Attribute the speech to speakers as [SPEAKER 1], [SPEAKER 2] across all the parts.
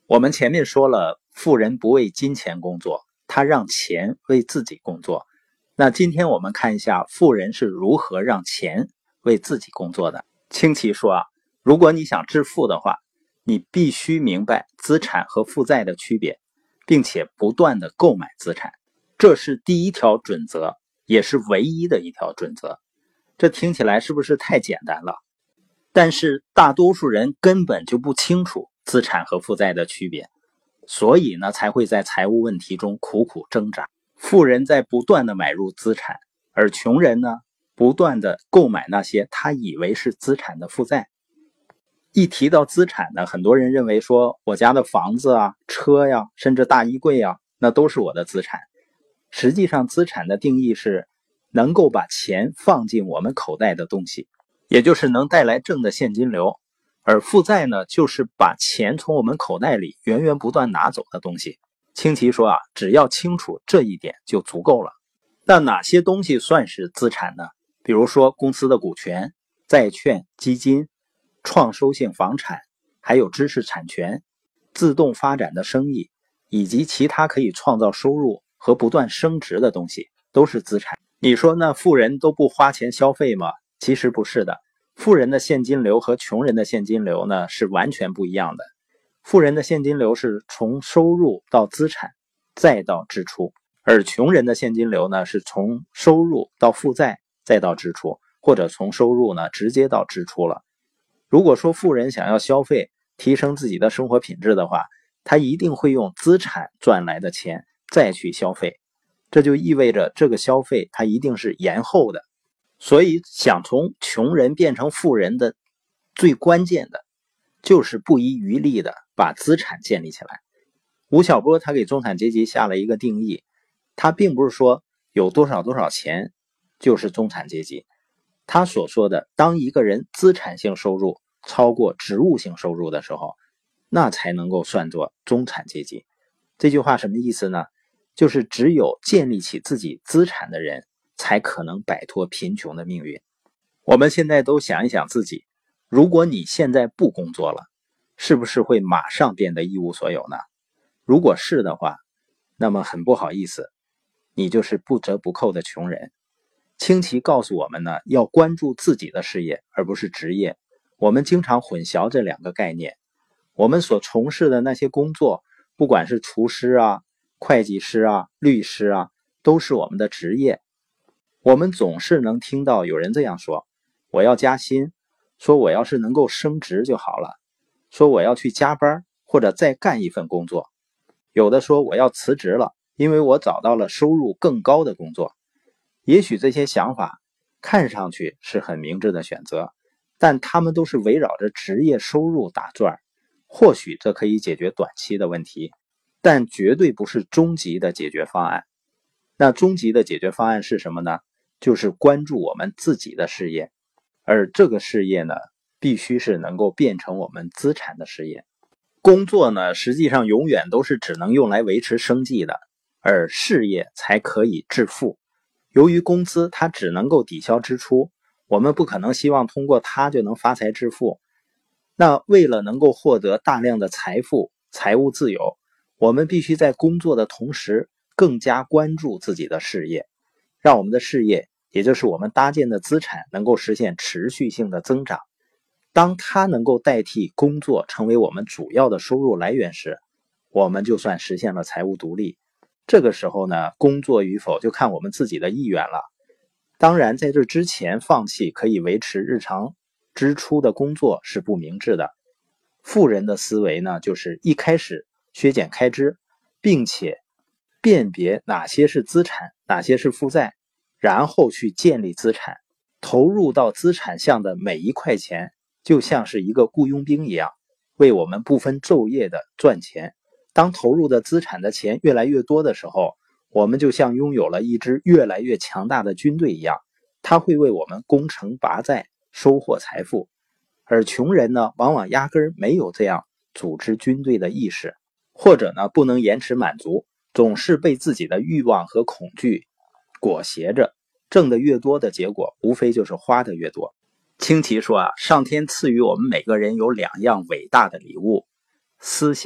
[SPEAKER 1] 我们前面说了，富人不为金钱工作，他让钱为自己工作。那今天我们看一下富人是如何让钱为自己工作的。清奇说如果你想致富的话，你必须明白资产和负债的区别，并且不断的购买资产。这是第一条准则，也是唯一的一条准则。这听起来是不是太简单了？但是大多数人根本就不清楚资产和负债的区别，所以呢才会在财务问题中苦苦挣扎。富人在不断的买入资产，而穷人呢不断的购买那些他以为是资产的负债。一提到资产呢，很多人认为说我家的房子车甚至大衣柜那都是我的资产。实际上资产的定义是能够把钱放进我们口袋的东西，也就是能带来正的现金流。而负债呢，就是把钱从我们口袋里源源不断拿走的东西。清奇说只要清楚这一点就足够了。那哪些东西算是资产呢？比如说公司的股权、债券、基金、创收性房产，还有知识产权、自动发展的生意，以及其他可以创造收入和不断升值的东西，都是资产。你说那富人都不花钱消费吗？其实不是的。富人的现金流和穷人的现金流呢是完全不一样的。富人的现金流是从收入到资产再到支出，而穷人的现金流呢是从收入到负债再到支出，或者从收入呢直接到支出了。如果说富人想要消费提升自己的生活品质的话，他一定会用资产赚来的钱再去消费，这就意味着这个消费他一定是延后的。所以想从穷人变成富人的最关键的就是不遗余力的把资产建立起来。吴晓波他给中产阶级下了一个定义，他并不是说有多少多少钱就是中产阶级，他所说的当一个人资产性收入超过职务性收入的时候，那才能够算作中产阶级。这句话什么意思呢？就是只有建立起自己资产的人才可能摆脱贫穷的命运。我们现在都想一想自己，如果你现在不工作了，是不是会马上变得一无所有呢？如果是的话，那么很不好意思，你就是不折不扣的穷人。清奇告诉我们呢，要关注自己的事业，而不是职业。我们经常混淆这两个概念。我们所从事的那些工作，不管是厨师会计师律师都是我们的职业。我们总是能听到有人这样说，我要加薪，说我要是能够升职就好了，说我要去加班或者再干一份工作，有的说我要辞职了，因为我找到了收入更高的工作。也许这些想法看上去是很明智的选择，但他们都是围绕着职业收入打转，或许这可以解决短期的问题，但绝对不是终极的解决方案。那终极的解决方案是什么呢？就是关注我们自己的事业，而这个事业呢，必须是能够变成我们资产的事业。工作呢，实际上永远都是只能用来维持生计的，而事业才可以致富。由于工资它只能够抵消支出，我们不可能希望通过它就能发财致富。那为了能够获得大量的财富、财务自由，我们必须在工作的同时更加关注自己的事业，让我们的事业，也就是我们搭建的资产能够实现持续性的增长。当它能够代替工作成为我们主要的收入来源时，我们就算实现了财务独立。这个时候呢，工作与否就看我们自己的意愿了。当然在这之前放弃可以维持日常支出的工作是不明智的。富人的思维呢，就是一开始削减开支，并且辨别哪些是资产，哪些是负债，然后去建立资产。投入到资产项的每一块钱，就像是一个雇佣兵一样，为我们不分昼夜的赚钱。当投入的资产的钱越来越多的时候，我们就像拥有了一支越来越强大的军队一样，它会为我们攻城拔寨，收获财富。而穷人呢，往往压根儿没有这样组织军队的意识，或者呢不能延迟满足，总是被自己的欲望和恐惧裹挟着，挣得越多的结果无非就是花得越多。清奇说上天赐予我们每个人有两样伟大的礼物，思想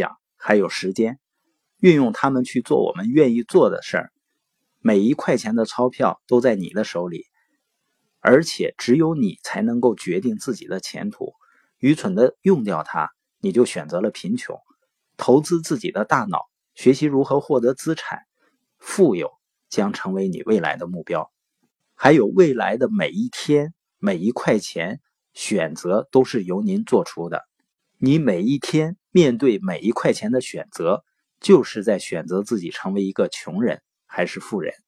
[SPEAKER 1] 还有时间，运用它们去做我们愿意做的事儿。每1块钱的钞票都在你的手里，而且只有你才能够决定自己的前途。愚蠢的用掉它，你就选择了贫穷。投资自己的大脑，学习如何获得资产，富有将成为你未来的目标。还有未来的每一天，每1块钱，选择都是由您做出的。你每一天面对每1块钱的选择，就是在选择自己成为一个穷人还是富人。